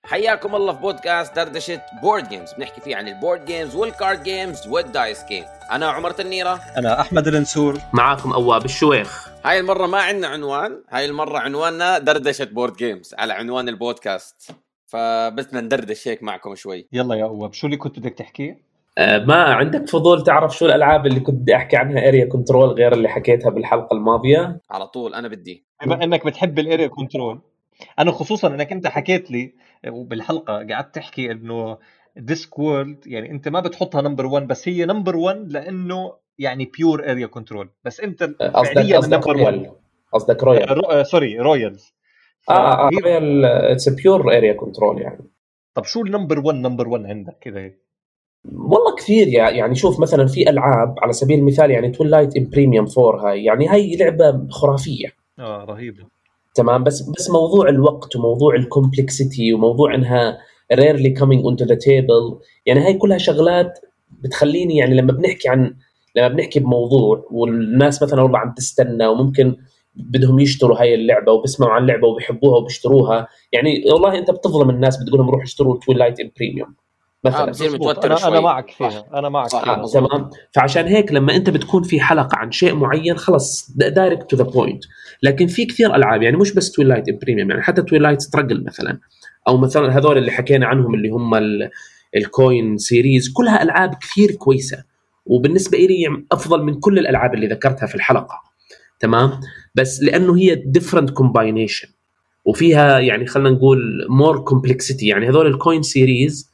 حياكم الله في بودكاست دردشة بورد جيمز، بنحكي فيه عن البورد جيمز والكارد جيمز والدايس جيم. أنا عمر تنيرة. أنا أحمد النسور. معاكم أواب الشويخ. هاي المرة ما عندنا عنوان، هاي المرة عنواننا دردشة بورد جيمز على عنوان البودكاست، فبدنا ندردش هيك معكم شوي. يلا يا أواب، شو اللي كنت بدك تحكي؟ ما عندك فضول تعرف شو الألعاب اللي كنت بدي أحكي عنها اريا كنترول غير اللي حكيتها بالحلقة الماضية؟ على طول أنا بدي. بما أنك بتحب الاريا كنترول، أنا خصوصا أنك أنت حكيت لي وبالحلقة قعدت تحكي إنه ديسكورد يعني أنت ما بتحطها نمبر 1، بس هي نمبر 1 لأنه يعني بيور اريا كنترول، بس أنت فعليا نمبر 1. قصدك رويال. سوري رويالز. رويال اتس بيور اريا كنترول يعني. طب شو النمبر 1 نمبر 1 عندك كذا؟ والله كثير يعني شوف مثلا في ألعاب على سبيل المثال يعني تويلايت امبريميوم 4 هاي لعبة خرافية رهيبة تمام، بس موضوع الوقت وموضوع الكومبلكسيتي وموضوع انها rarely coming onto the table، يعني هاي كلها شغلات بتخليني يعني لما بنحكي بموضوع والناس مثلا والله عم تستنى وممكن بدهم يشتروا هاي اللعبة وبسمعوا عن اللعبة وبيحبوها وبيشتروها، يعني والله انت بتظلم الناس بتقولهم روحوا اشتروا تويلايت امبريميوم مثلا. بصير متوتر شوي. أنا معك فيها، أنا معك فيها. تمام. فعشان هيك لما أنت بتكون في حلقة عن شيء معين خلص دايركت تو ذا بوينت. لكن في كثير ألعاب يعني مش بس تويلايت امبريميوم، يعني حتى تويلايت ستراجل مثلا، أو مثلا هذول اللي حكينا عنهم اللي هم الكوين سيريز، كلها ألعاب كثير كويسة وبالنسبة إلي أفضل من كل الألعاب اللي ذكرتها في الحلقة. تمام. بس لأنه هي different combination وفيها يعني خلنا نقول more complexity، يعني هذول الكوين سيريز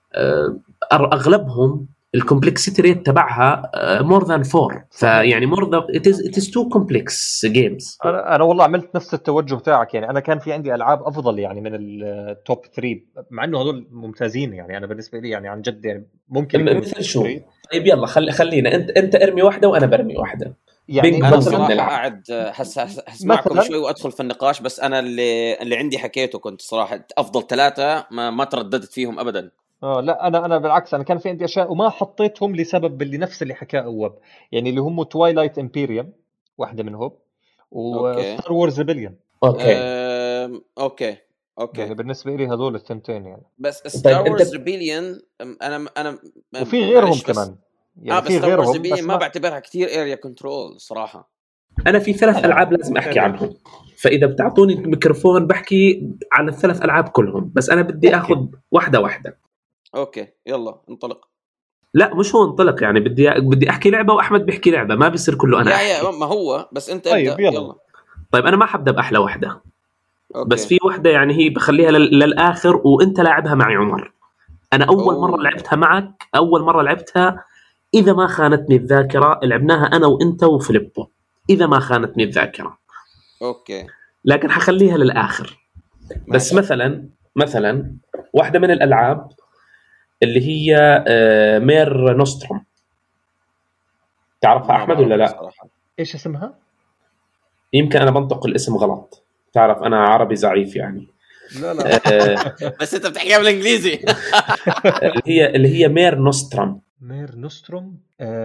اغلبهم الكومبلكسيتي ريت تبعها more than 4، فيعني more than it is too complex games. انا والله عملت نفس التوجه تاعك، يعني انا كان في عندي العاب افضل يعني من التوب 3، مع انه هذول ممتازين يعني انا بالنسبه لي يعني عن جد يعني ممكن مثل شو؟ طيب يلا خلينا انت ارمي واحده وانا برمي واحده. يعني انا صراحه قاعد هسمعكم شوي وادخل في النقاش، بس انا اللي عندي حكيته كنت صراحه افضل 3 ما ترددت فيهم ابدا. لا انا بالعكس، انا كان في عندي اشياء وما حطيتهم لسبب اللي نفس اللي حكاه أواب، يعني اللي هم تويلايت امبيريوم واحده منهم وستار وورز ريبيليون. اوكي يعني بالنسبه لي هذول الثنتين يعني. بس ستار وورز ريبيليون انا وفي غيرهم كمان يعني في غيرهم بس ما بعتبرها كتير اريا كنترول صراحه. انا في 3 ألعاب لازم احكي عنهم، فاذا بتعطوني الميكروفون بحكي عن ال3 ألعاب كلهم، بس انا بدي اخذ واحده. اوكي يلا انطلق. لا مش هو انطلق، يعني بدي احكي لعبه واحمد بيحكي لعبه، ما بيصير كله انا يا ما هو بس انت طيب يلا. طيب انا ما حبدا باحلى واحده. بس في واحده يعني هي بخليها للاخر، وانت لاعبها معي عمر. انا اول مره لعبتها معك، اول مره لعبتها اذا ما خانتني الذاكره، لعبناها انا وانت وفيليبو اذا ما خانتني الذاكره. اوكي لكن حخليها للاخر. بس مثلا واحده من الالعاب اللي هي مير نوستروم، تعرفها أحمد ولا لا؟ إيش اسمها؟ يمكن أنا بنطق الاسم غلط، تعرف أنا عربي ضعيف يعني. لا بس أنت بتحكيها بالإنجليزي. اللي هي مير نوستروم. مير نوستروم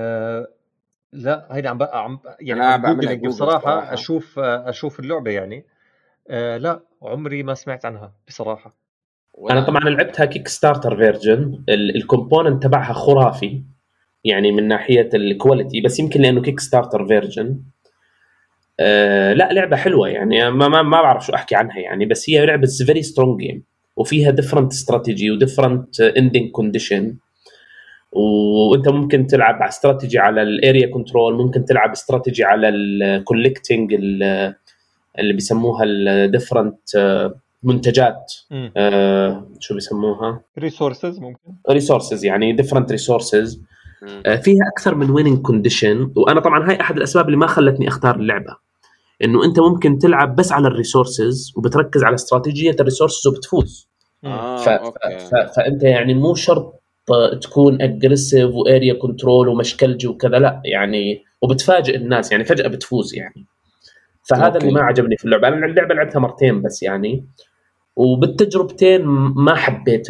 لا هيدا عم يعني عم جوجل بصراحة أشوف اللعبة يعني. لا عمري ما سمعت عنها بصراحة. أنا طبعا لعبتها كيك ستارتر فيرجن، الكومبوننت تبعها خرافي يعني من ناحية الكواليتي، بس يمكن لأنه كيك ستارتر فيرجن. لا لعبة حلوة يعني، ما بعرف شو أحكي عنها يعني، بس هي لعبة very strong game وفيها different strategy و different ending condition، وانت ممكن تلعب على استراتيجي على الاريا كنترول، ممكن تلعب استراتيجي على الكولكتنج اللي بيسموها الديفرنت منتجات، شو بيسموها ريسورسز يعني ديفرنت ريسورسز. فيها اكثر من ويننج كونديشن، وانا طبعا هاي احد الاسباب اللي ما خلتني اختار اللعبه، انه انت ممكن تلعب بس على الريسورسز وبتركز على استراتيجيه الريسورسز وبتفوز. فانت يعني مو شرط تكون اجريسيف واريا كنترول ومشكلجي وكذا، لا يعني، وبتفاجئ الناس يعني فجأة بتفوز يعني. فهذا اللي ما عجبني في اللعبة. أنا اللعبة لعبتها مرتين بس يعني، وبالتجربتين ما حبيت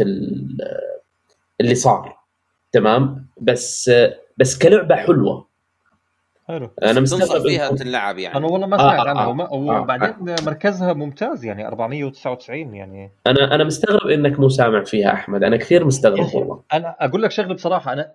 اللي صار. تمام. بس كلعبة حلوة حلو. انا مستغرب فيها تلعب يعني. انا والله ما سمعت عنها وبعدين مركزها ممتاز يعني 499 يعني. انا مستغرب انك مو سامع فيها احمد، انا كثير مستغرب والله. انا اقول لك شغله بصراحه، انا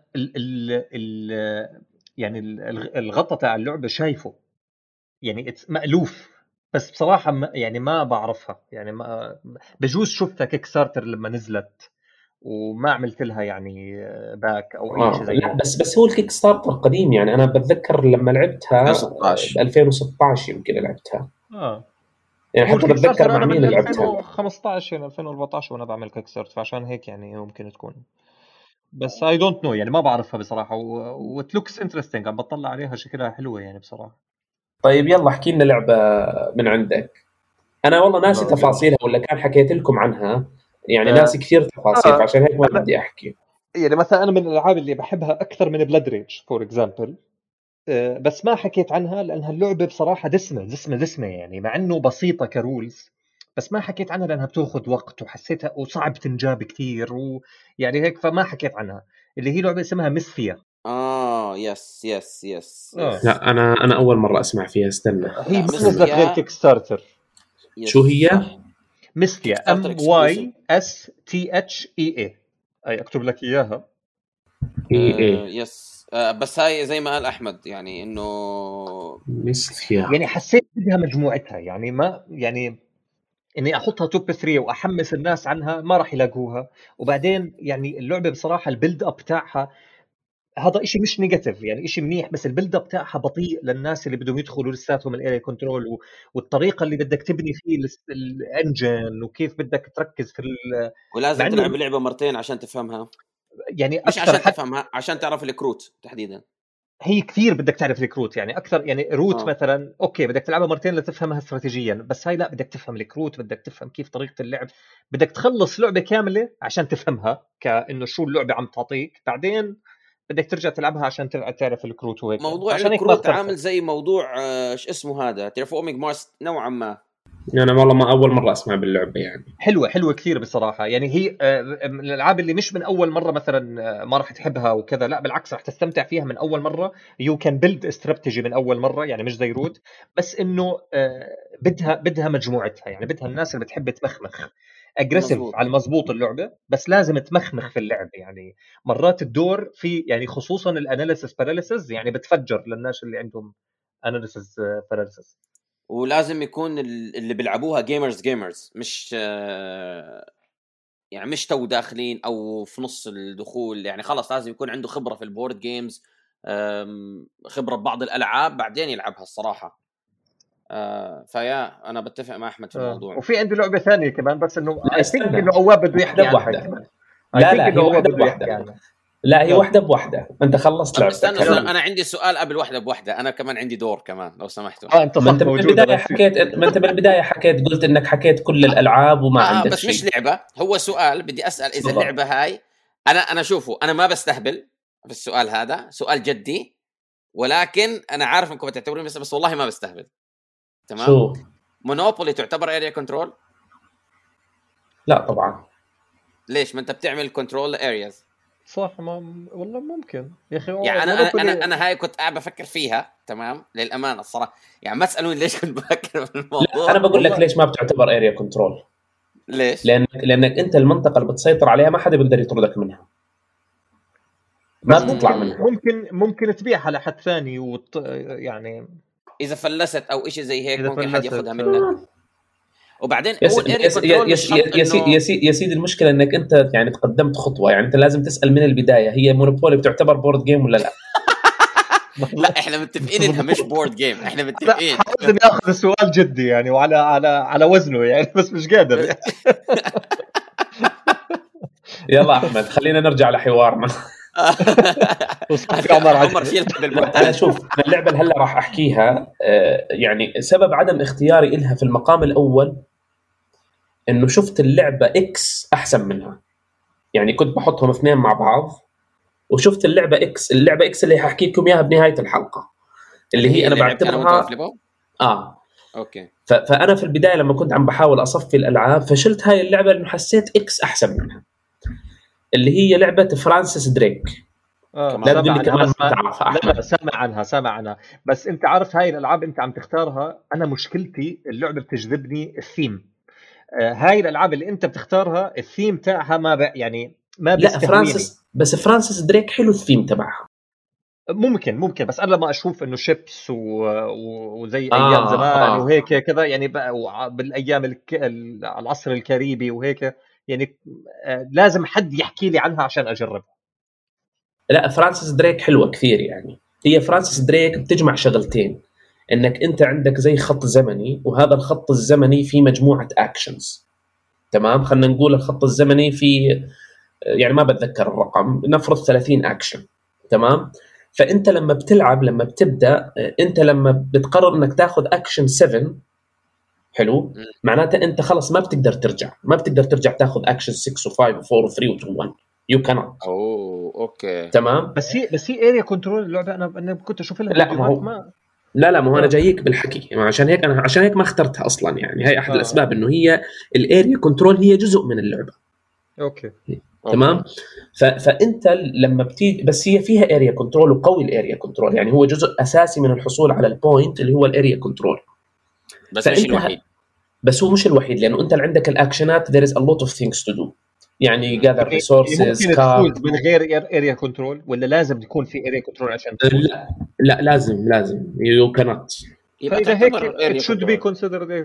يعني الغطاء تاع اللعبه شايفه يعني مألوف، بس بصراحه يعني ما بعرفها يعني، ما بجوز شفتها كيك ستارتر لما نزلت وما عملت لها يعني باك او اي شيء زي لا بس هو الكيك ستارتر قديم يعني. انا بتذكر لما لعبتها 2016 يمكن لعبتها. يعني حتى بتذكر مع مين لعبتها 2015 يعني 2014 وانا بعمل كيك ستارت، فعشان هيك يعني ممكن تكون، بس اي دونت نو يعني ما بعرفها بصراحه. وات لوكس انترستينج، عم بطلع عليها شكلها حلوه يعني بصراحه. طيب يلا احكي لنا لعبه من عندك. انا والله ناسي تفاصيلها ولا كان حكيت لكم عنها يعني ناسي كثير تفاصيل، فعشان هيك ما بدي احكي. يعني مثلا انا من الالعاب اللي بحبها اكثر من بلاد ريج فور اكزامبل، بس ما حكيت عنها لانها اللعبه بصراحه دسمه يعني، مع انه بسيطه كرولز، بس ما حكيت عنها لانها بتاخذ وقت وحسيتها وصعب تنجاب كثير ويعني هيك، فما حكيت عنها. اللي هي لعبه اسمها مسفيا. يس. لا انا اول مره اسمع فيها. استنى، هي ما نزلت غير كيك ستارتر. شو هي؟ مسفيا MYSTHEA. اي اكتب لك اياها. يس. بس هاي زي ما قال احمد يعني انه مسفيا، يعني حسيت بدها مجموعتها يعني، ما يعني اني احطها توب 3 واحمس الناس عنها ما راح يلاقوها. وبعدين يعني اللعبه بصراحه البيلد اب تاعها هذا إشي مش نيجاتيف يعني، إشي منيح، بس البيلد اب تاعها بطيء للناس اللي بدهم يدخلوا لساتهم الاريا كنترول، والطريقه اللي بدك تبني فيه الانجن وكيف بدك تركز في ولازم تلعب اللعبه مرتين عشان تفهمها يعني، مش عشان تفهمها، عشان تعرف الكروت تحديدا. هي كثير بدك تعرف الكروت يعني اكثر يعني. روت مثلا اوكي بدك تلعبها مرتين لتفهمها استراتيجيا، بس هاي لا، بدك تفهم الكروت، بدك تفهم كيف طريقه اللعب، بدك تخلص لعبه كامله عشان تفهمها كانه شو اللعبه عم تعطيك، بعدين بدك ترجع تلعبها عشان تعرف الكروت وهيك. موضوع الكروت عامل زي موضوع ايش اسمه هذا تيرفورمينج مارس نوعا ما. انا والله ما اول مره اسمع باللعبه يعني. حلوه كثير بصراحه يعني. هي من الالعاب اللي مش من اول مره مثلا ما راح تحبها وكذا، لا بالعكس راح تستمتع فيها من اول مره. يو كان بيلد استراتيجي من اول مره يعني، مش زي روت. بس انه بدها مجموعتها يعني، بدها الناس اللي بتحب تمخمخ اجريسيف على المضبوط اللعبه، بس لازم تمخمخ في اللعب يعني. مرات الدور في يعني خصوصا الاناليسيس باراليسيس يعني بتفجر للناس اللي عندهم اناليسيس باراليسيس. ولازم يكون اللي بيلعبوها جيمرز مش يعني مش تو داخلين او في نص الدخول يعني، خلاص لازم يكون عنده خبرة في البورد جيمز، خبرة ببعض الالعاب بعدين يلعبها الصراحة. فيا انا بتفق مع احمد في الموضوع. وفي عندي لعبة ثانية كمان، بس انه اي ثينك انه عواب بده يحكي عنها كمان. لا هي واحدة بواحدة. لا هي واحدة بواحدة. انت خلصت لعبتك. استنى انا عندي سؤال قبل واحدة بواحدة. انا كمان عندي دور كمان لو سمحتوا. انت صح موجود. ما انت بالبداية حكيت قلت انك حكيت كل الالعاب وما عندك بس شيء. مش لعبة، هو سؤال بدي اسال اذا اللعبة هاي انا شوفوا انا ما بستهبل في السؤال هذا، سؤال جدي، ولكن انا عارف انكم بتعتبروني بس والله ما بستهبل. تمام. شو مونوبولي تعتبر اريا كنترول؟ لا طبعا. ليش؟ ما انت بتعمل كنترول ارياز. صح. والله ممكن يا اخي. يعني انا هاي كنت قاعد بفكر فيها تمام للامانه الصراحه يعني. ما تسالوني ليش كنت بفكر في الموضوع. انا بقول لك ليش ما بتعتبر اريا كنترول. ليش؟ لانك انت المنطقه اللي بتسيطر عليها ما حدا بيقدر يطردك منها، ما تطلع منها. ممكن تبيعها لحد ثاني يعني اذا فلست او شيء زي هيك ممكن حد ياخذها منك. وبعدين هو يا سيدي المشكله انك انت يعني تقدمت خطوه يعني. انت لازم تسال من البدايه هي مونوبولي بتعتبر بورد جيم ولا لا. لا احنا متفقين انها مش بورد جيم. احنا متفقين. لازم ياخذ السؤال جدي يعني وعلى على وزنه يعني، بس مش قادر. يلا احمد خلينا نرجع لحوارنا. عمر شيل انا شوف اللعبه اللي هلا راح احكيها يعني سبب عدم اختياري إلها في المقام الاول انه شفت اللعبه اكس احسن منها يعني. كنت بحطهم اثنين مع بعض وشفت اللعبه اكس اللي هحكي لكم اياها بنهايه الحلقه اللي هي انا بعتبرها اوكي. فانا في البدايه لما كنت عم بحاول اصفي الالعاب فشلت هاي اللعبه لانه حسيت اكس احسن منها، اللي هي لعبه فرانسيس دريك. لا تقول لي كمان ما تعرف أحمد. لا سامع عنها بس انت عارف هاي الالعاب انت عم تختارها. انا مشكلتي اللعبه بتجذبني الثيم. هاي الالعاب اللي انت بتختارها الثيم تاعها ما يعني ما بيستهويني. بس فرانسيس دريك حلو الثيم تبعها. ممكن بس انا لما اشوف انه شيبس وزي ايام زمان وهيك كذا يعني بالايام العصر الكاريبي وهيك يعني لازم حد يحكي لي عنها عشان اجربها. لا فرانسيس دريك حلوه كثير يعني. هي فرانسيس دريك بتجمع شغلتين، انك انت عندك زي خط زمني وهذا الخط الزمني فيه مجموعه اكشنز. تمام، خلينا نقول الخط الزمني فيه يعني ما بتذكر الرقم، نفرض 30 اكشن. تمام، فانت لما بتلعب لما بتبدا انت لما بتقرر انك تاخذ اكشن 7 حلو، معناته انت خلص ما بتقدر ترجع تاخذ اكشن 6 و5 و4 و3 و2 و1 يو كانت. اوكي تمام. بس هي اريا كنترول اللعبه انا كنت اشوف لها فيديوهات لا ما هو انا جايك بالحكي عشان هيك ما اخترتها اصلا يعني. هي احد الاسباب انه هي الاريا كنترول هي جزء من اللعبه. اوكي تمام. فانت لما بتيجي بس هي فيها اريا كنترول وقوي الاريا كنترول يعني هو جزء اساسي من الحصول على البوينت اللي هو الاريا كنترول. بس مش الوحيد. بس هو مش الوحيد لانه انت عندك الاكشنات there is a lot of things to do يعني gather resources. ممكن تفوز من غير اريا كنترول ولا لازم يكون في اريا كنترول عشان تفوز؟ لا لازم you cannot. فإذا هيك it should be considered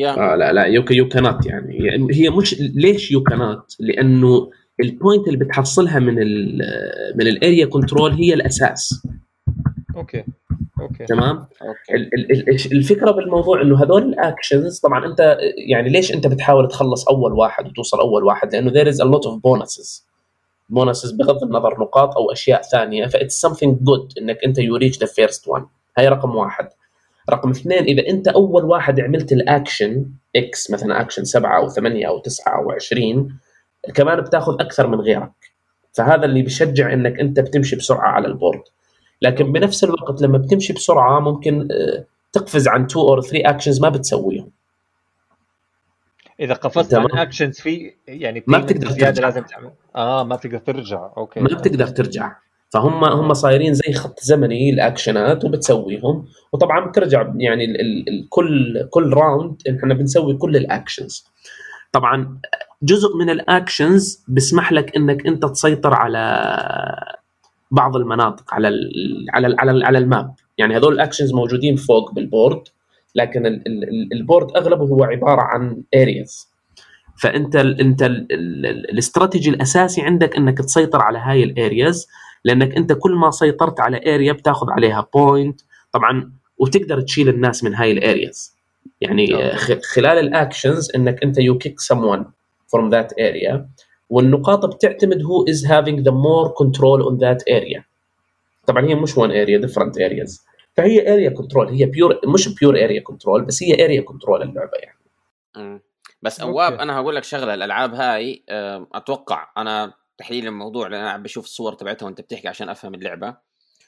لا you cannot يعني هي مش ليش you cannot لأنه البوينت اللي بتحصلها من الاريا كنترول هي الأساس. اوكي تمام. الفكرة بالموضوع انه هذول الاكشنز طبعا انت يعني ليش انت بتحاول تخلص اول واحد وتوصل اول واحد لانه there is a lot of bonuses بغض النظر نقاط او اشياء ثانية. فit's something good انك انت you reach the first one. هاي رقم واحد. رقم اثنين اذا انت اول واحد عملت الاكشن اكس مثلا اكشن 7 او 8 او 9 او 20 كمان بتاخذ اكثر من غيرك. فهذا اللي بيشجع انك انت بتمشي بسرعة على البورد. لكن بنفس الوقت لما بتمشي بسرعة ممكن تقفز عن 2 أو 3 أكشنز ما بتسويهم. إذا قفزت عن أكشنز في يعني ما بتقدر ترجع. لازم تعمل ما بتقدر ترجع. أوكي ما بتقدر ترجع. فهم صايرين زي خط زمني الأكشنات وبتسويهم وطبعا بترجع يعني كل راوند إحنا بنسوي كل الأكشنز. طبعا جزء من الأكشنز بسمح لك إنك أنت تسيطر على بعض المناطق على الماب. يعني هذول الاكشنز موجودين فوق بالبورد لكن البورد اغلبه هو عباره عن ارياز. فانت الاستراتيجي الاساسي عندك انك تسيطر على هاي الارياز لانك انت كل ما سيطرت على اريا بتاخذ عليها بوينت طبعا وتقدر تشيل الناس من هاي الارياز. يعني خلال الاكشنز انك انت you kick someone from that area والنقاط بتعتمد who is having the more control on that area. طبعا هي مش one area different areas. فهي area control هي pure مش pure area control بس هي area control اللعبة يعني. بس أواب أنا هقول لك شغلة. الألعاب هاي أتوقع أنا تحليل الموضوع لأن أنا بشوف الصور تبعتها وأنت بتحكي عشان أفهم اللعبة.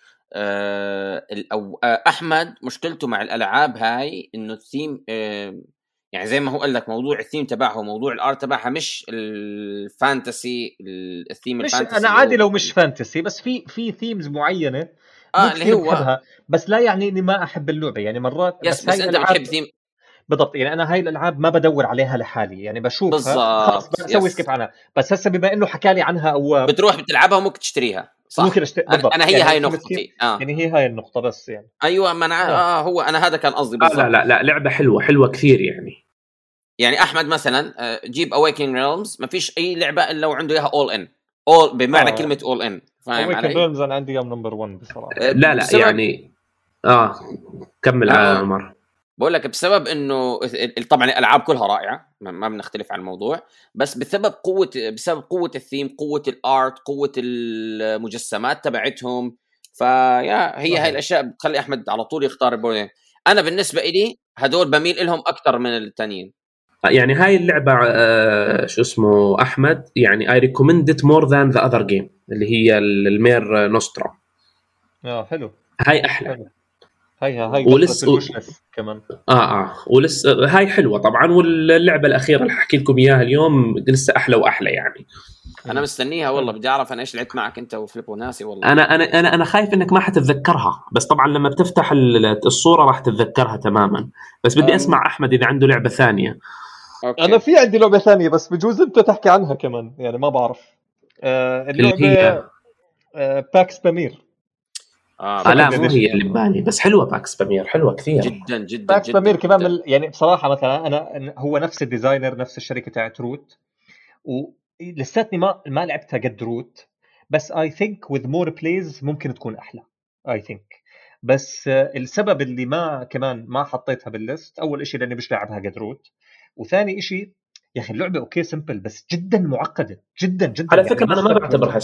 أحمد مشكلته مع الألعاب هاي إنه الثيم يعني زي ما هو قال لك موضوع الثيم تبعها وموضوع الارت تبعها مش الفانتسي الثيم مش الفانتسي. انا عادي لو مش فانتسي بس في ثيمز معينه اللي هو بحبها بس لا يعني اني ما احب اللعبه يعني مرات. بس انت بتحب ثيم بالضبط يعني انا هاي الالعاب ما بدور عليها لحالي يعني بشوفها خلاص بسوي سكيب عنها. بس هسه بما انه حكى لي عنها او بتروح بتلعبها وممكن تشتريها صح. ممكن انا هي يعني هاي نقطتي يعني هي هاي النقطه بس يعني ايوه ما انا هو انا هذا كان قصدي بالضبط. لا لعبه حلوه كثير يعني احمد مثلا جيب Awakening Realms ما فيش اي لعبه الا وعنده اياها all بمعنى كلمه all in. فاهم علي؟ Awakening Realms انا عندي نمبر 1 بصراحه. لا يعني كمل عمر. بقول لك بسبب انه طبعا الالعاب كلها رائعه ما بنختلف عن الموضوع بس بسبب قوه الثيم قوه الارت قوه المجسمات تبعتهم. هي هاي الاشياء بتخلي احمد على طول يختار البوردين. انا بالنسبه لي هدول بميل لهم اكثر من الثانيين. يعني هاي اللعبه شو اسمه احمد يعني I recommend it more than the other game اللي هي المير نوسترا. حلو هاي احلى حلو. هاي ولسه كمان ولسه هاي حلوه طبعا. واللعبه الاخيره اللي حكي لكم اياها اليوم لسه احلى واحلى يعني. انا مستنيها والله، بدي اعرف انا ايش لعبت معك انت وفليب وناسي والله. انا خايف انك ما حتتذكرها، بس طبعا لما بتفتح الصوره راح تتذكرها تماما. بس بدي اسمع احمد اذا عنده لعبه ثانيه. أوكي. انا في عندي لعبه ثانيه بس بجوز انت تحكي عنها كمان، يعني ما بعرف. اللعبه باكس بامير. لا مو هي اللي ببالي، بس حلوه باكس بامير، حلوه كثير جدا جدا. باكس بامير كمان يعني بصراحه مثلا انا هو نفس الديزاينر نفس الشركه تاعت روت، ولساتني ما لعبتها قد روت، بس اي ثينك with more plays ممكن تكون احلى اي ثينك. بس السبب اللي كمان ما حطيتها بالليست، اول إشي لاني مش لاعبها قد روت، وثاني إشي يا اخي اللعبه اوكي سمبل بس جدا معقده جدا جدا. على فكره يعني انا ما بعتبرها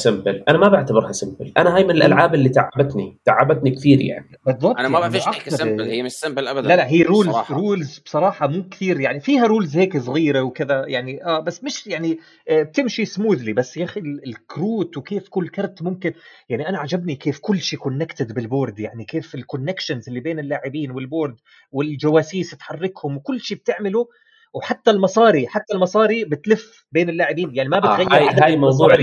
سمبل، انا هاي من الالعاب اللي تعبتني كثير يعني. بالضبط انا ما بعرف ايش تحكي سمبل، هي مش سمبل ابدا. لا هي رولز بصراحه مو كثير يعني، فيها رولز هيك صغيره وكذا يعني بس مش يعني بتمشي سموذلي. بس يا اخي الكروت وكيف كل كرت ممكن يعني، انا عجبني كيف كل شيء كونكتد بالبورد، يعني كيف الكونكشنز اللي بين اللاعبين والبورد والجواسيس تحركهم وكل شيء بتعمله، وحتى المصاري بتلف بين اللاعبين يعني ما بتغير عدد هاي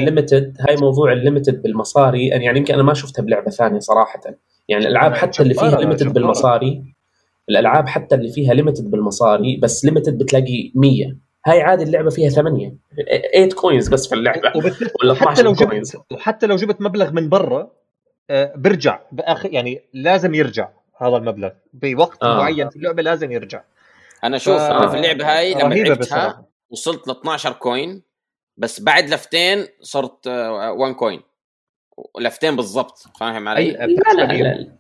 موضوع الليمتد بالمصاري يعني يمكن انا ما شفتها بلعبه ثانيه صراحه. يعني الالعاب حتى اللي فيها ليمتد بالمصاري، الالعاب حتى اللي فيها ليمتد بالمصاري بس ليمتد بتلاقي 100، هاي عادي اللعبه فيها 8 كوينز بس في اللعبه ولا 12 كوينز. وحتى لو جبت مبلغ من برا برجع باخر، يعني لازم يرجع هذا المبلغ بوقت معين في اللعبه لازم يرجع. انا شوف انا في اللعبه هاي لما لعبتها وصلت ل 12 كوين، بس بعد لفتين صرت 1 كوين، لفتين بالضبط، فاهم علي؟ لا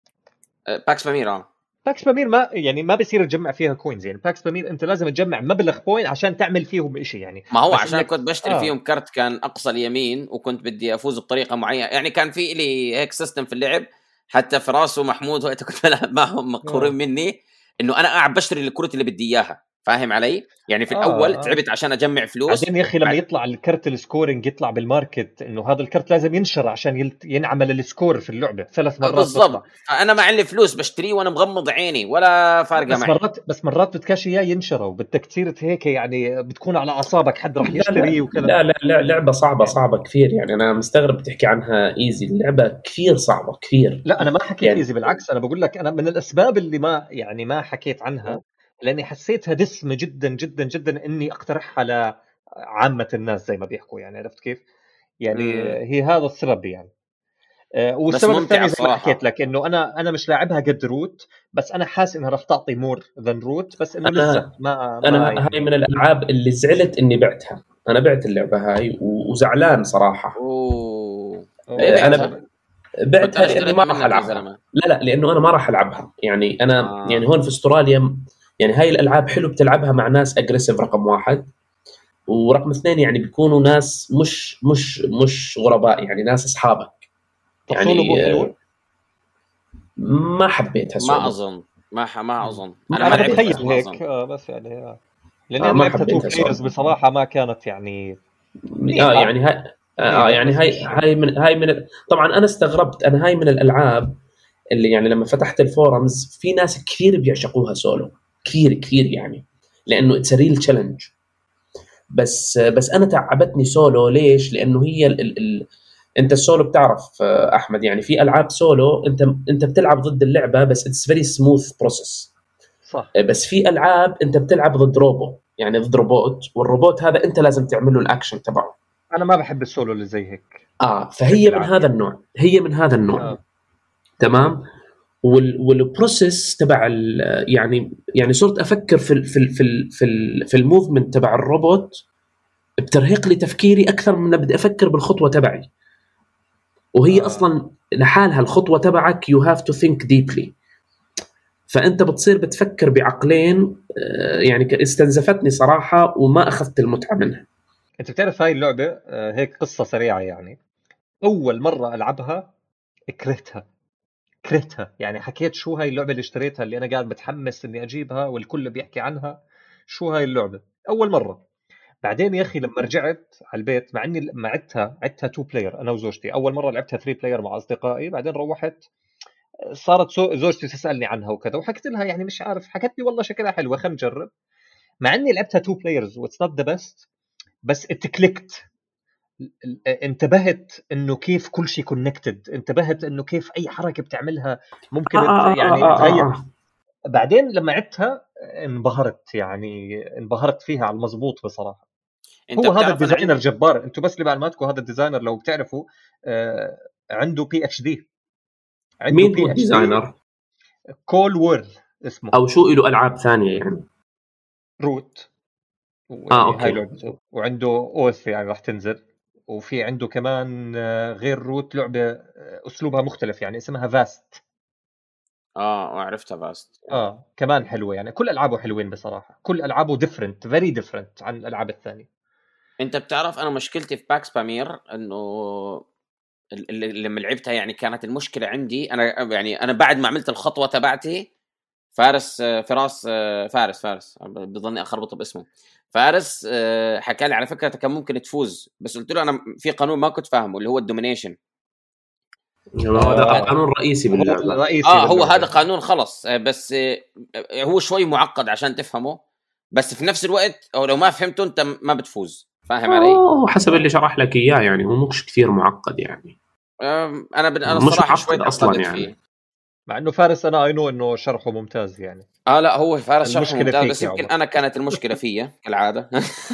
باكس بامير باكس بامير ما بيصير تجمع فيها كوينز يعني. باكس بامير انت لازم تجمع مبلغ كوين عشان تعمل فيهم شيء يعني. ما هو عشان كنت بشتري فيهم كرت كان اقصى اليمين، وكنت بدي افوز بطريقه معينه يعني. كان في لي هيك سيستم في اللعب، حتى فراس ومحمود وقت كنت بلعب معهم مقهورين مني انه انا قاعد بشتري الكروت اللي بدي اياها، فاهم علي؟ يعني في الاول تعبت عشان اجمع فلوس. بعدين يا اخي لما يطلع الكرت السكورينج يطلع بالماركت انه هذا الكرت لازم ينشر عشان ينعمل السكور في اللعبه 3 مرات بالضبط. انا ما عندي فلوس بشتريه وانا مغمض عيني ولا فارقه معي. بس مرات بتكاش اياه ينشره وبدك تصير هيك يعني بتكون على اعصابك حد راح يشتري وكذا. لا لعبه صعبه كثير يعني. انا مستغرب بتحكي عنها ايزي، اللعبه كثير صعبه كثير. لا انا ما حكيت يعني ايزي، بالعكس انا بقول لك انا من الاسباب اللي ما حكيت عنها لاني حسيتها دسمه جدا جدا جدا اني اقترحها على عامه الناس زي ما بيحكوا يعني. عرفت كيف يعني؟ هي هذا السبب يعني. والسبب الثاني زي ما حكيت لك انه انا مش لاعبها قد روت، بس انا حاسس انها راح تعطي مور ذن روت، بس انه لسه انا يعني هاي من الالعاب اللي زعلت اني بعتها. انا بعت اللعبه هاي وزعلان صراحه. انا بعتها لاني ما راح العبها. لا لانه انا ما راح العبها يعني. انا يعني هون في استراليا يعني هاي الالعاب حلو بتلعبها مع ناس اجريسيف رقم 1، ورقم 2 يعني بيكونوا ناس مش غرباء يعني ناس اصحابك يعني. ما حبيتها ما اظن ما اظن انا بتخيل هيك بس يعني لان انا لعبتها 2 بلايرز بصراحه ما كانت يعني يعني هاي من طبعا انا استغربت. انا هاي من الالعاب اللي يعني لما فتحت الفورمز في ناس كثير بيعشقوها سولو، كثير يعني، لانه اتس ريل تشالنج. بس انا تعبتني سولو. ليش؟ لانه هي انت السولو بتعرف احمد يعني في العاب سولو انت بتلعب ضد اللعبه بس اتس فيري سموث بروسيس، صح. بس في العاب انت بتلعب ضد يعني ضد روبوت، والروبوت هذا انت لازم تعمل له الاكشن تبعه. انا ما بحب السولو اللي زي هيك. فهي من هذا النوع تمام. والبروسيس تبع يعني صرت افكر في الموفمنت تبع الروبوت، بترهق لي تفكيري اكثر من بدي افكر بالخطوه تبعي. وهي اصلا لحالها الخطوه تبعك you have to think deeply، فانت بتصير بتفكر بعقلين. يعني استنزفتني صراحه وما اخذت المتعه منها. انت بتعرف هاي اللعبه هيك قصه سريعه يعني. اول مره العبها كرهتها يعني. حكيت شو هاي اللعبه اللي اشتريتها اللي انا قاعد متحمس اني اجيبها والكل بيحكي عنها، شو هاي اللعبه اول مره. بعدين يا اخي لما رجعت على البيت، مع اني لما عدتها 2 بلاير انا وزوجتي، اول مره لعبتها 3 بلاير مع اصدقائي، بعدين روحت صارت زوجتي تسالني عنها وكذا، وحكيت لها يعني مش عارف، حكت لي والله شكلها حلوه خلينا نجرب. مع اني لعبتها 2 بلايرز واتس نوت ذا بيست، بس اتكليكت انتبهت انه كيف كل شيء كونكتد، انتبهت انه كيف اي حركه بتعملها ممكن يعني تغير. بعدين لما عدتها انبهرت، يعني انبهرت فيها على المضبوط بصراحه. هو هذا الديزاينر جبار. انتم بس لمعلوماتكم هذا الديزاينر لو بتعرفوا عنده PhD. مين هو الديزاينر؟ كول وورد اسمه، او شو له العاب ثانيه يعني؟ روت اوكي. لعبته. وعنده اوث يعني راح تنزل، وفي عنده كمان غير روت لعبه اسلوبها مختلف يعني اسمها فاست. عرفتها فاست. كمان حلوه يعني. كل العابه حلوين بصراحه، كل العابه ديفرنت، فيري ديفرنت عن الالعاب الثانيه. انت بتعرف انا مشكلتي في باكس بامير انه لما لعبتها يعني كانت المشكله عندي انا بعد ما عملت الخطوه تبعتي فارس بظني اخربطه باسمه. فارس حكى لي على فكره كان ممكن تفوز، بس قلت له انا في قانون ما كنت فاهمه اللي هو الدومينيشن. هذا قانون رئيسي باللعبه. هو هذا قانون خلص، بس هو شوي معقد عشان تفهمه، بس في نفس الوقت او لو ما فهمته انت ما بتفوز. فاهم علي؟ حسب اللي شرح لك اياه يعني، هو مش كثير معقد يعني. انا الصراحه شوي اصلا يعني فيه. مع انه فارس انا اينو انه شرحه ممتاز يعني. لا هو فارس شرحه ممتاز، بس يمكن انا كانت المشكله فيا كالعاده.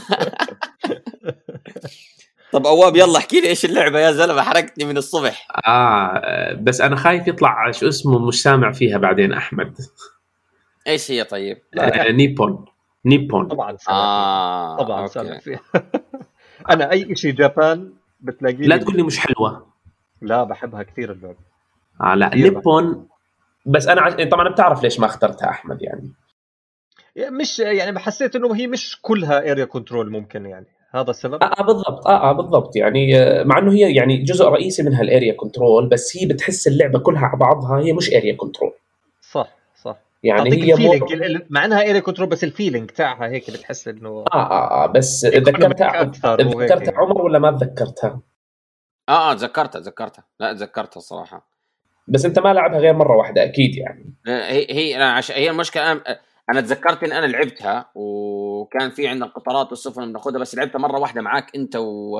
طب أواب يلا احكي لي ايش اللعبه يا زلمه، حرقتني من الصبح. بس انا خايف يطلع شو اسمه مش سامع فيها بعدين احمد. ايش هي طيب؟ نيبون طبعا طبعا سامع فيها. انا اي شيء جابان بتلاقيه. لا تقول لي مش حلوه. لا بحبها كثير اللعبه. لا نيبون. بس انا طبعا بتعرف ليش ما اخترتها احمد يعني. مش يعني بحسيت انه هي مش كلها اريا كنترول ممكن يعني هذا السبب. بالضبط. بالضبط يعني مع انه هي يعني جزء رئيسي منها الاريا كنترول، بس هي بتحس اللعبه كلها على بعضها هي مش اريا كنترول. صح يعني هي مع انها اريا كنترول، بس الفيلينج تاعها هيك بتحس انه بس تذكرتها عمر ولا ما تذكرتها؟ تذكرتها. لا تذكرتها الصراحه، بس انت ما لعبها غير مره واحده اكيد يعني. هي المشكله. انا تذكرت ان انا لعبتها وكان في عندنا قطارات والسفن بناخذها، بس لعبتها مره واحده معاك انت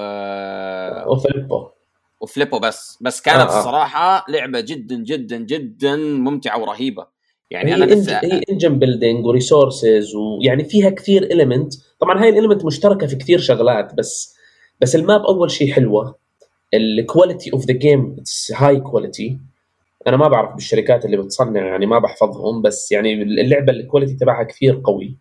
وفليبو بس كانت الصراحه لعبه جدا جدا جدا ممتعه ورهيبه يعني. هي انجن بيلدينج وريسورسز، ويعني فيها كثير إليمنت. طبعا هاي الإليمنت مشتركه في كثير شغلات، بس الماب اول شيء حلوه. الكواليتي اوف ذا جيم اتس هاي كواليتي. انا ما بعرف بالشركات اللي بتصنع يعني، ما بحفظهم، بس يعني اللعبه الكواليتي تبعها كثير قوي.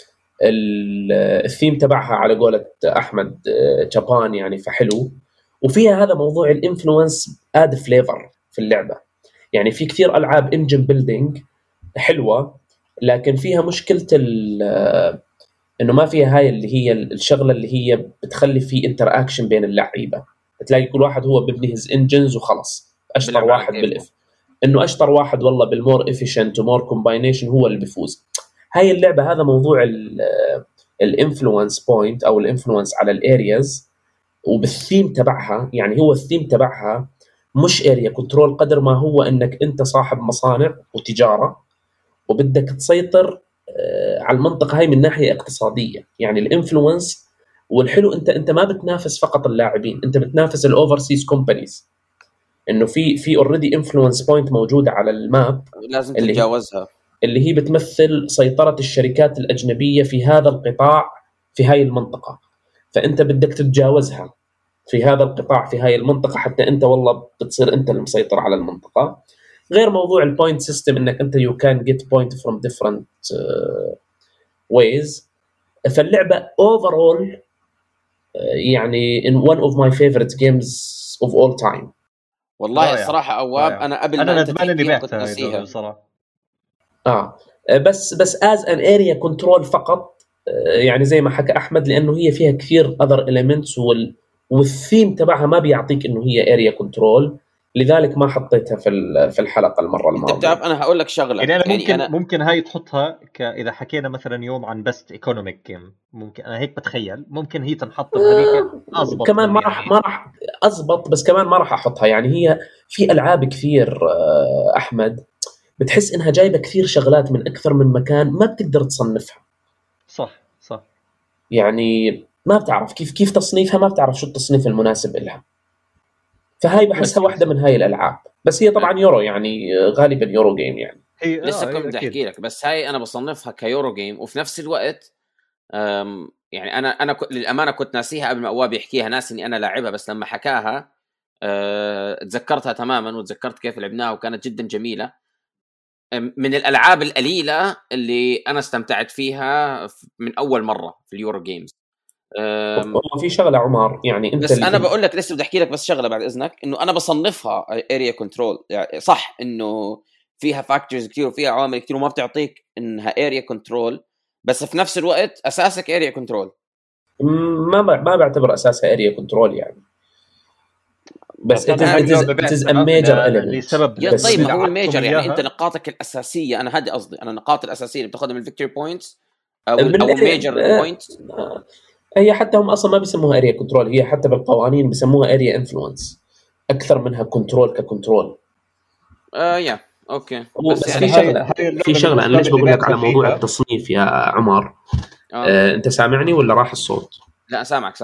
الثيم تبعها على قولة احمد جابان يعني، فحلو. وفيها هذا موضوع الانفلونس اد فليفر في اللعبه. يعني في كثير العاب انجن بيلدينج حلوه، لكن فيها مشكله انه ما فيها هاي اللي هي الشغله اللي هي بتخلي في انتر اكشن بين اللعيبه. تلاقي كل واحد هو بيبني هز انجنز وخلص، اشطر واحد انه اشطر واحد والله بالمور افيشنت ومور كومباينيشن هو اللي بيفوز. هاي اللعبه هذا موضوع الانفلونس بوينت او الانفلونس على الارياز وبالثيم تبعها. يعني هو الثيم تبعها مش اريا كنترول قدر ما هو انك انت صاحب مصانع وتجاره وبدك تسيطر على المنطقه هاي من ناحيه اقتصاديه. يعني الانفلونس والحلو انت ما بتنافس فقط اللاعبين، انت بتنافس الاوفرسيز كومبانيز. انه في اوريدي انفلونس بوينت موجوده على الماب لازم تتجاوزها، اللي هي بتمثل سيطره الشركات الاجنبيه في هذا القطاع في هاي المنطقه. فانت بدك تتجاوزها في هذا القطاع في هاي المنطقه حتى انت والله بتصير انت المسيطر على المنطقه. غير موضوع البوينت سيستم انك انت you can get point from different ways. فاللعبه overall يعني in one of my favorite games of all time. والله الصراحه أواب انا قبل ما انت تحكي كنت نسيها بصراحه. بس as an area control فقط يعني زي ما حكى احمد، لانه هي فيها كثير other elements والثيم تبعها ما بيعطيك انه هي اريا كنترول، لذلك ما حطيتها في الحلقه المره الماضيه. انت بتعرف انا هقول لك شغله يعني انا ممكن هاي تحطها اذا حكينا مثلا يوم عن بست ايكونوميك جيم، ممكن انا هيك بتخيل ممكن هي تنحط بهذيك اضبط. كمان ما راح اضبط، بس كمان ما راح احطها. يعني هي في العاب كثير احمد بتحس انها جايبه كثير شغلات من اكثر من مكان، ما بتقدر تصنفها. صح يعني ما بتعرف كيف تصنيفها، ما بتعرف شو التصنيف المناسب لها. فهاي بحسها واحدة من هاي الألعاب، بس هي طبعا يورو يعني غالبا يورو جيم يعني. لسه كنت بدي احكي لك، بس هاي انا بصنفها كيورو جيم، وفي نفس الوقت يعني انا للامانه كنت ناسيها قبل ما أواب يحكيها، ناس اني انا لاعبها، بس لما حكاها تذكرتها تماما، وتذكرت كيف لعبناها وكانت جدا جميله. من الالعاب القليله اللي انا استمتعت فيها من اول مره في اليورو جيمز. في شغله عمر، يعني انت بس انا بقول لك لسه بدي احكي لك بس شغله بعد اذنك، انه انا بصنفها اريا كنترول، يعني صح انه فيها فاكتورز كثير وفيها عوامل كثير وما بتعطيك انها اريا كنترول، بس في نفس الوقت اساسك اريا كنترول. ما بعتبر اساسها اريا كنترول يعني، بس it is a major element. طيب هو الميجر يعني انت نقاطك الاساسيه، انا هذه قصدي، انا النقاط الاساسيه اللي بتاخذها من الفيكتوري بوينتس او الميجر بوينتس، هي حتى هم اصلا ما بيسموها اريا كنترول، هي حتى بالقوانين بيسموها اريا انفلونس اكثر منها كنترول ككنترول. يا اوكي. بس يعني في شغله انا ليش بقول لك على موضوع التصنيف يا عمر. انت سامعني ولا راح الصوت؟ لا سامعك.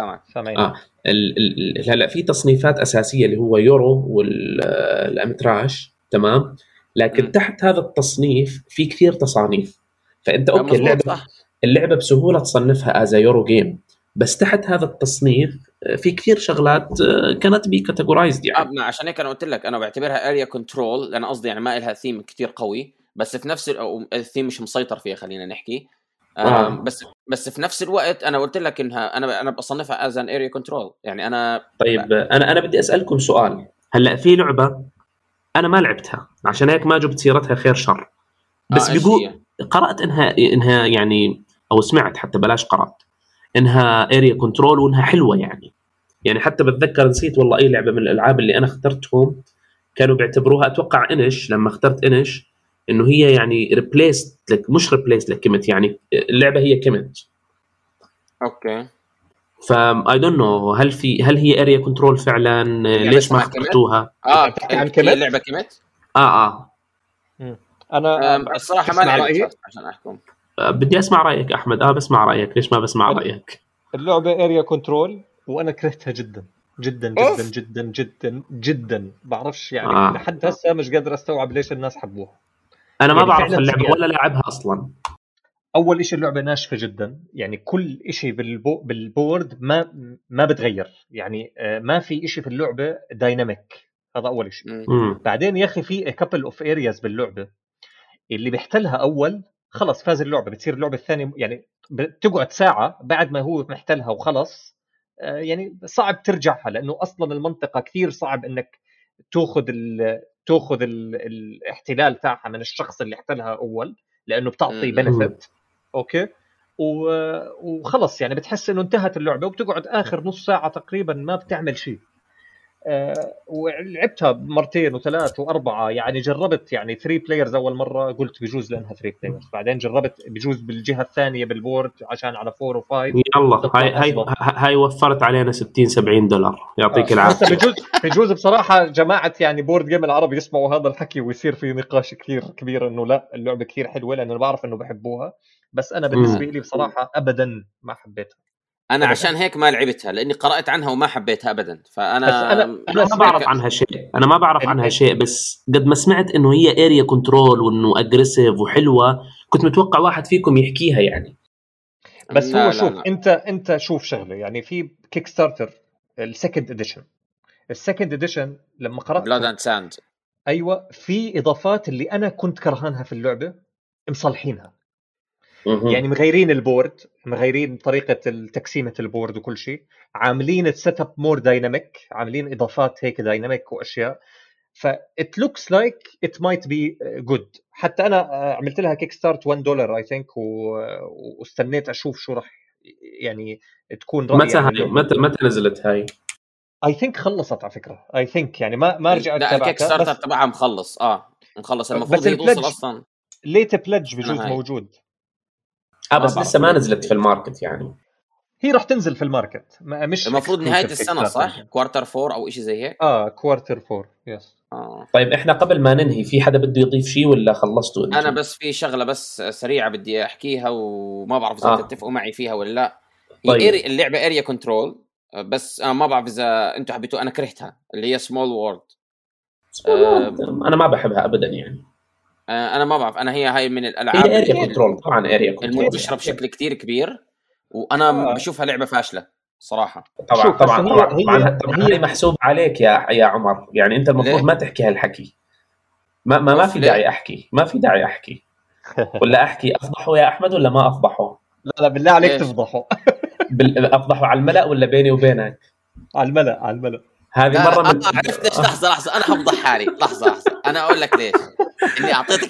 هلا في تصنيفات اساسيه اللي هو يورو والامتراش، تمام، لكن تحت هذا التصنيف في كثير تصانيف. فانت اوكي اللعبه بسهوله تصنفها از يورو جيم، بس تحت هذا التصنيف في كثير شغلات كانت بي كاتيجورايزد يعني. عشان هيك انا قلت لك انا بعتبرها اريا كنترول، لان قصدي يعني ما لها ثيم كتير قوي، بس في نفس الثيم مش مسيطر فيها، خلينا نحكي. بس في نفس الوقت انا قلت لك انها انا بصنفها از ان اريا كنترول يعني. انا طيب انا بدي اسالكم سؤال. هلا في لعبه انا ما لعبتها، عشان هيك ما جبت سيرتها خير شر، بس بيقول قرات انها يعني، او سمعت حتى بلاش قرات، انها اريا كنترول وانها حلوه يعني حتى بتذكر نسيت والله اي لعبه من الالعاب اللي انا اخترتهم كانوا بيعتبروها، اتوقع انش، لما اخترت انش انه هي يعني ريبليست لك، مش ريبليست لك كيمت، يعني اللعبه هي كيمت. اوكي فا اي دونت نو هل هي اريا كنترول فعلا؟ ليش ما اخترتوها؟ عن كيمت هي اللعبه كيمت. انا الصراحه ما لعبتها عشان احكم. بدي اسمع رايك احمد. بسمع رايك، ليش ما بسمع رايك؟ اللعبه اريا كنترول وانا كرهتها جدا جدا جدا جدا جدا جدا، بعرفش يعني لحد هسه مش قادر استوعب ليش الناس حبوها. انا يعني ما بعرف اللعبه ولا لعبها اصلا. اول إشي اللعبه ناشفه جدا، يعني كل إشي بالبورد ما بتغير، يعني ما في إشي في اللعبه دايناميك، هذا اول إشي. بعدين يا اخي في كابل اوف ارياز باللعبه اللي بيحتلها اول خلص فاز اللعبه، بتصير اللعبه الثانيه يعني بتقعد ساعه بعد ما هو محتلها وخلص، يعني صعب ترجعها، لانه اصلا المنطقه كثير صعب انك تاخذ الاحتلال تاعها من الشخص اللي احتلها اول، لانه بتعطي بنفيت. اوكي وخلص يعني بتحس انه انتهت اللعبه، وبتقعد اخر نص ساعه تقريبا ما بتعمل شيء. ولعبتها مرتين وثلاث واربعه، يعني جربت يعني 3 بلايرز اول مره، قلت بجوز لانها 3 بلايرز، بعدين جربت بجوز بالجهه الثانيه بالبورد عشان على 4 و5. يلا هاي وفرت علينا $60-70 يعطيك العافيه. بجوز بصراحه جماعه يعني بورد جيم العربي يسمعوا هذا الحكي ويصير في نقاش كثير كبير انه لا اللعبه كثير حلوه، لانه بعرف انه بحبوها، بس انا بالنسبه لي بصراحه ابدا ما حبيتها. انا عشان هيك ما لعبتها، لاني قرأت عنها وما حبيتها ابدا. فانا ما بعرف عنها شيء، انا ما بعرف عنها شيء، بس قد ما سمعت انه هي اريا كنترول وانه اجريسيف وحلوه، كنت متوقع واحد فيكم يحكيها يعني. بس لا هو لا شوف لا. انت شوف شغله، يعني في كيك ستارتر السكند اديشن لما قرأت بلاد اند ساند، ايوه في اضافات اللي انا كنت كرهانها في اللعبه مصلحينها، يعني مغيرين البورد، مغيرين طريقة تقسيمة البورد وكل شيء، عاملين السيت اب مور دايناميك، عاملين إضافات هيك دايناميك وأشياء، it looks like it might be good. حتى أنا عملت لها كيك ستارت $1 I think واستنيت أشوف شو رح يعني تكون رأيي. متى نزلت هاي؟ I think خلصت على فكرة I think يعني ما رجعت لا الكيك ستارت تبعها مخلص المفروض هي توصل أصلا ليت بلج بجوز موجود بس لسه ما نزلت في الماركت، يعني هي راح تنزل في الماركت مش المفروض نهاية السنة صح؟ كوارتر 4 أو إشي زي هيك. كوارتر 4 يس. طيب إحنا قبل ما ننهي في حدا بده يضيف شيء ولا خلصتوا أنتم؟ أنا بس في شغلة بس سريعة بدي أحكيها وما بعرف إذا تتفقوا معي فيها ولا لا. طيب. اللعبه اريا كنترول، بس انا ما بعرف اذا انتم حبيتوا. انا كرهتها اللي هي سمول وورد. انا ما بحبها ابدا يعني. انا ما بعرف. انا هي من الالعاب هي اريا كنترول طبعا، اريا كنترول المنتشره بشكل كتير كبير، وانا بشوفها لعبه فاشله صراحه. طبعا هي محسوب عليك يا عمر، يعني انت المفروض ما تحكي هالحكي. ما في داعي احكي، ما في داعي احكي. ولا احكي افضحه يا احمد ولا ما افضحه؟ لا بالله عليك تفضحه. افضحه على الملأ ولا بيني وبينك؟ على الملأ. هذه مرة عرفت ليش. لحظة أنا حفضح حالي. لحظة أنا أقول لك ليش. إني أعطيتك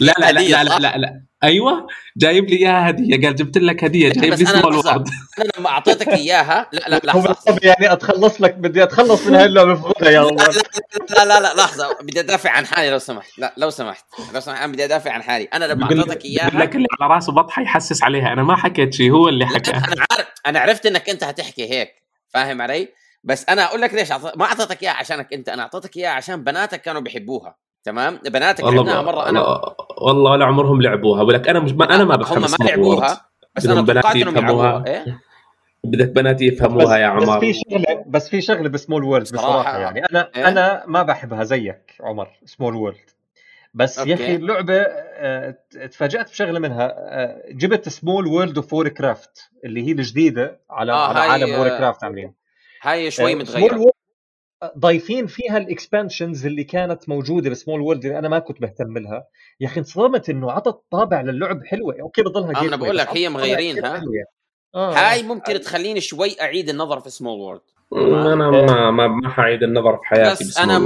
لا أيوة جايب لي إياها هدية، قال جبت لك هدية، جايب لي سمول وورد. أنا لما أعطيتك إياها لا لحظة، يعني أتخلص لك، بدي أتخلص من هاي اللعبة بفضلها يا عمر. لا لحظة، بدي أدافع عن حالي لو سمحت. لو سمحت أنا بدي أدافع عن حالي. أنا لما أعطيتك إياها بقول لك اللي على راسه بطحة يحسس عليها. أنا ما حكيت شيء، هو اللي حكى. أنا عرفت إنك أنت هتحكي هيك، فاهم علي؟ بس انا اقول لك ليش ما اعطيتك اياها عشانك انت. انا اعطيتك اياها عشان بناتك كانوا بيحبوها. تمام، بناتك لعبناها مره. انا والله ولا عمرهم لعبوها. ولك انا ما بفهم، هم ما لعبوها، بس انا توقعت انهم يلعبوها. إيه؟ بدك بناتي يفهموها يا عمر. بس في شغله بسمول وورلد بصراحه يعني انا ما بحبها زيك عمر سمول وورلد. بس يا اخي اللعبه تفاجأت بشغله منها. جبت سمول وورلد اوف وور كرافت اللي هي الجديده على عالم وور كرافت. عاملين هاي شوي متغيره، ضايفين فيها الاكسبانشنز اللي كانت موجوده بسمول وورلد اللي انا ما كنت مهتم لها. يا اخي انصدمت انه عطت طابع للعب حلوه. اوكي بضلها انا بقول لك هي مغيرينها. هاي ممكن تخليني شوي اعيد النظر في سمول وورلد. انا ما حعيد النظر في حياتي. بس انا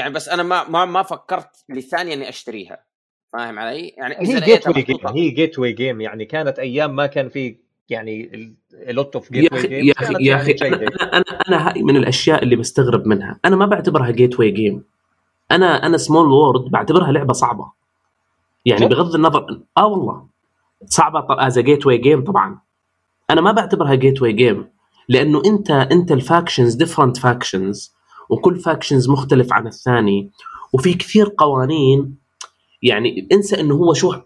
ما فكرت للثانيه اني اشتريها، فاهم علي؟ يعني اذا لقيتها هي جيت واي جيم يعني. كانت ايام ما كان في يعني لوت اوف جيت واي جيم. يا اخي انا هاي من الاشياء اللي بستغرب منها. انا ما بعتبرها جيت واي جيم. انا سمول وورد بعتبرها لعبه صعبه يعني، بغض النظر. والله صعبه از جيت واي جيم. طبعا انا ما بعتبرها جيت واي جيم، لانه انت الفاكشنز ديفرنت فاكشنز، وكل فاكشنز مختلف عن الثاني، وفي كثير قوانين. يعني انسى انه هو شو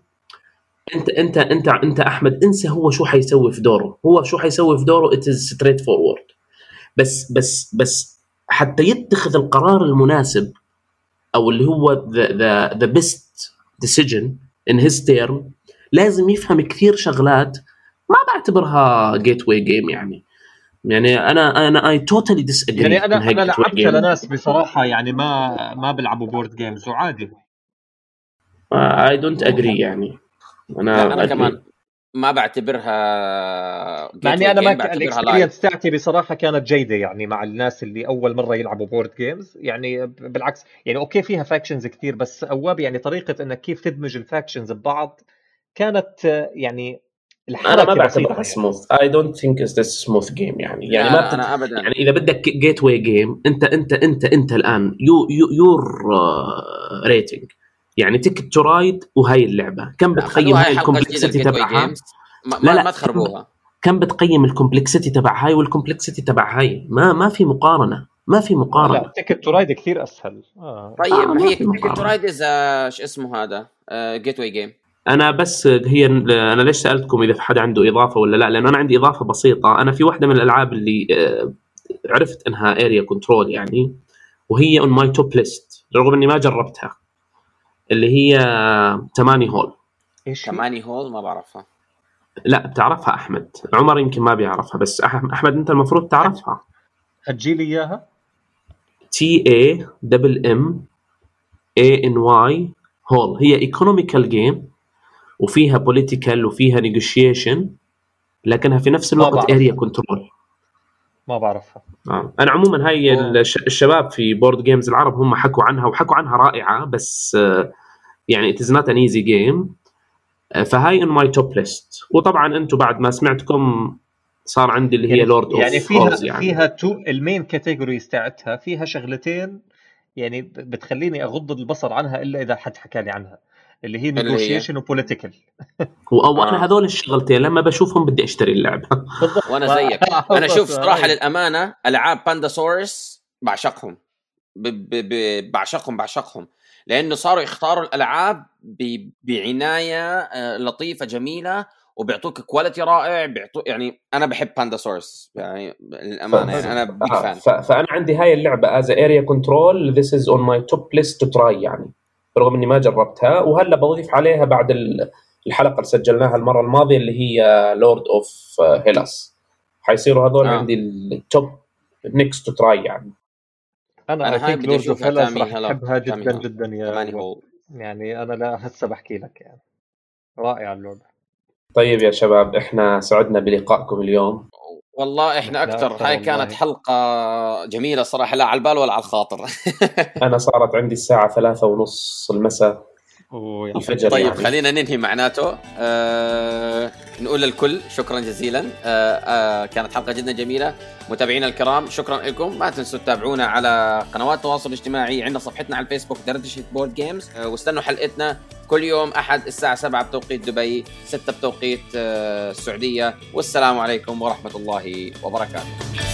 انت احمد، انسى هو شو حيسوي في دوره. it is straight forward. بس حتى يتخذ القرار المناسب او اللي هو the best decision in his term، لازم يفهم كثير شغلات. ما بعتبرها gateway game يعني انا I totally disagree. يعني انا لعبت لناس بصراحه يعني ما بيلعبوا بورد جيمز وعادي. I don't agree يعني. انا كمان ما بعتبرها يعني انا ما الاكسبيرينس تاعتي بصراحه كانت جيده يعني مع الناس اللي اول مره يلعبوا بورد جيمز. يعني بالعكس يعني اوكي فيها فاكشنز كثير، بس اواب يعني طريقه انك كيف تدمج الفاكشنز ببعض كانت يعني انا ما بعتبرها سموث. I don't think it's this smooth game يعني ما أنا أبداً. يعني اذا بدك جيت واي جيم انت الان يور ريتنج يعني تيكت تو رايد. وهي اللعبه كم بتقيم هاي الكومبلكسيتي تبعها؟ ما تخربوها. كم بتقيم الكومبلكسيتي تبع هاي والكومبلكسيتي تبع هاي؟ ما في مقارنه. لا تيكت تو رايد كثير اسهل. طيب ما هي تيكت تو رايد اذا ايش اسمه هذا جيت واي جيم. انا بس انا ليش سالتكم اذا في حدا عنده اضافه ولا لا، لان انا عندي اضافه بسيطه. انا في واحده من الالعاب اللي عرفت انها اريا كنترول يعني، وهي اون ماي توب ليست رغم اني ما جربتها، اللي هي تماني هول. ايش تماني هول؟ ما بعرفها. لا بتعرفها احمد، عمر يمكن ما بيعرفها، بس احمد انت المفروض تعرفها. هتجي لي اياها. TAMMANY هول. هي ايكونوميكال جيم وفيها بوليتيكال وفيها نيغوشيشن، لكنها في نفس الوقت اريا كنترول. ما بعرفها. انا عموما هاي الشباب في بورد جيمز العرب هم حكوا عنها وحكوا عنها رائعه، بس يعني it is not an easy game. فهاي in my top list. وطبعا انتم بعد ما سمعتكم صار عندي اللي هي لورد اوف يعني فيها تو المين كاتيجوريز تاعتها. فيها شغلتين يعني بتخليني اغض البصر عنها الا اذا حد حكى لي عنها، اللي هي نيغوشيشن وبوليتيكال. وانا هذول الشغلتين لما بشوفهم بدي اشتري اللعبه. وانا زيك. انا شوف صراحه للامانه العاب بانداسورس بعشقهم بعشقهم لانه صاروا يختاروا الالعاب بعنايه لطيفه جميله، وبيعطوك كواليتي رائع، يعني انا بحب باندا سورس يعني الامانه، يعني انا بيج فان. فانا عندي هاي اللعبه از اريا كنترول، ذس از اون ماي توب ليست تو تراي، يعني رغم اني ما جربتها. وهلا بضيف عليها بعد الحلقه اللي سجلناها المره الماضيه اللي هي لورد اوف هيلاس، حيصيروا هذول عندي التوب نيكست تو تراي. يعني انا هاي بدي اشوف هيلاس راح احبها جدا جدا يا يعني انا لا هسه بحكي لك يعني رائعه اللعبه. طيب يا شباب، احنا سعدنا بلقائكم اليوم. والله احنا اكثر. هاي كانت حلقه جميله صراحه، لا على البال ولا على الخاطر. انا صارت عندي الساعه 3:30 المساء الفجر. طيب يعني خلينا ننهي معناته. نقول للكل شكرا جزيلا. كانت حلقه جدا جميله. متابعينا الكرام شكرا لكم. ما تنسوا تتابعونا على قنوات التواصل الاجتماعي، عندنا صفحتنا على الفيسبوك دردشة بورد جيمز. واستنوا حلقتنا كل يوم أحد الساعة 7 بتوقيت دبي، 6 بتوقيت السعودية. والسلام عليكم ورحمة الله وبركاته.